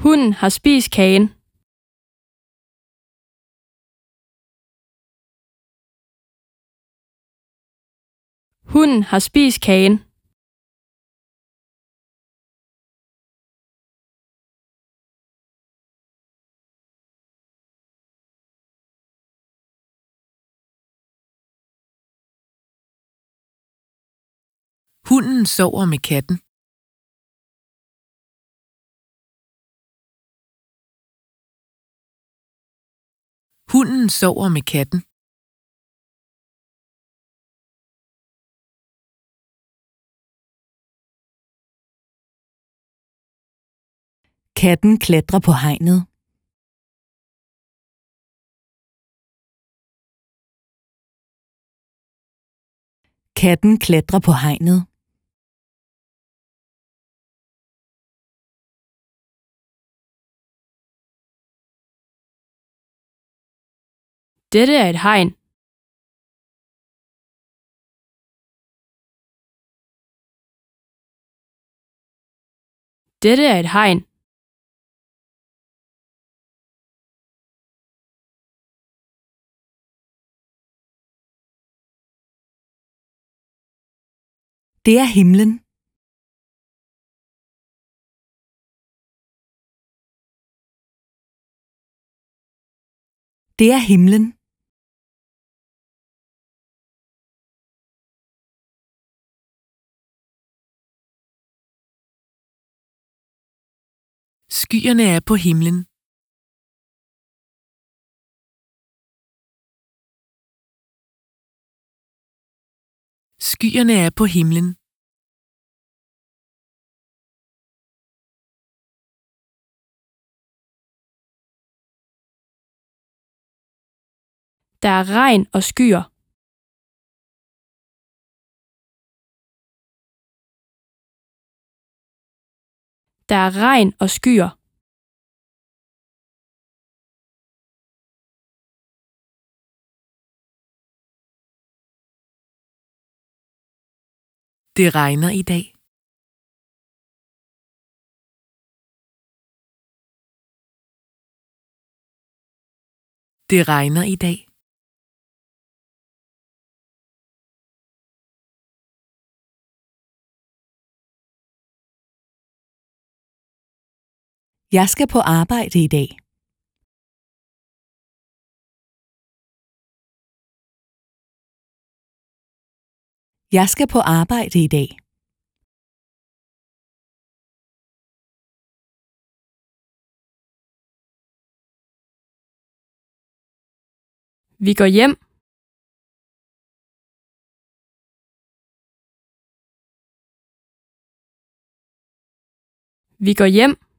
Hunden har spist kagen. Hunden har spist kagen. Hunden sover med katten. Hunden sover med katten. Katten klatrer på hegnet. Katten klatrer på hegnet. Dette er et hegn. Dette er et hegn. Det er himlen. Det er himlen. Skyerne er på himlen. Skyerne er på himlen. Der er regn og skyer. Der er regn og skyer. Det regner i dag. Det regner i dag. Jeg skal på arbejde i dag. Jeg skal på arbejde i dag. Vi går hjem. Vi går hjem.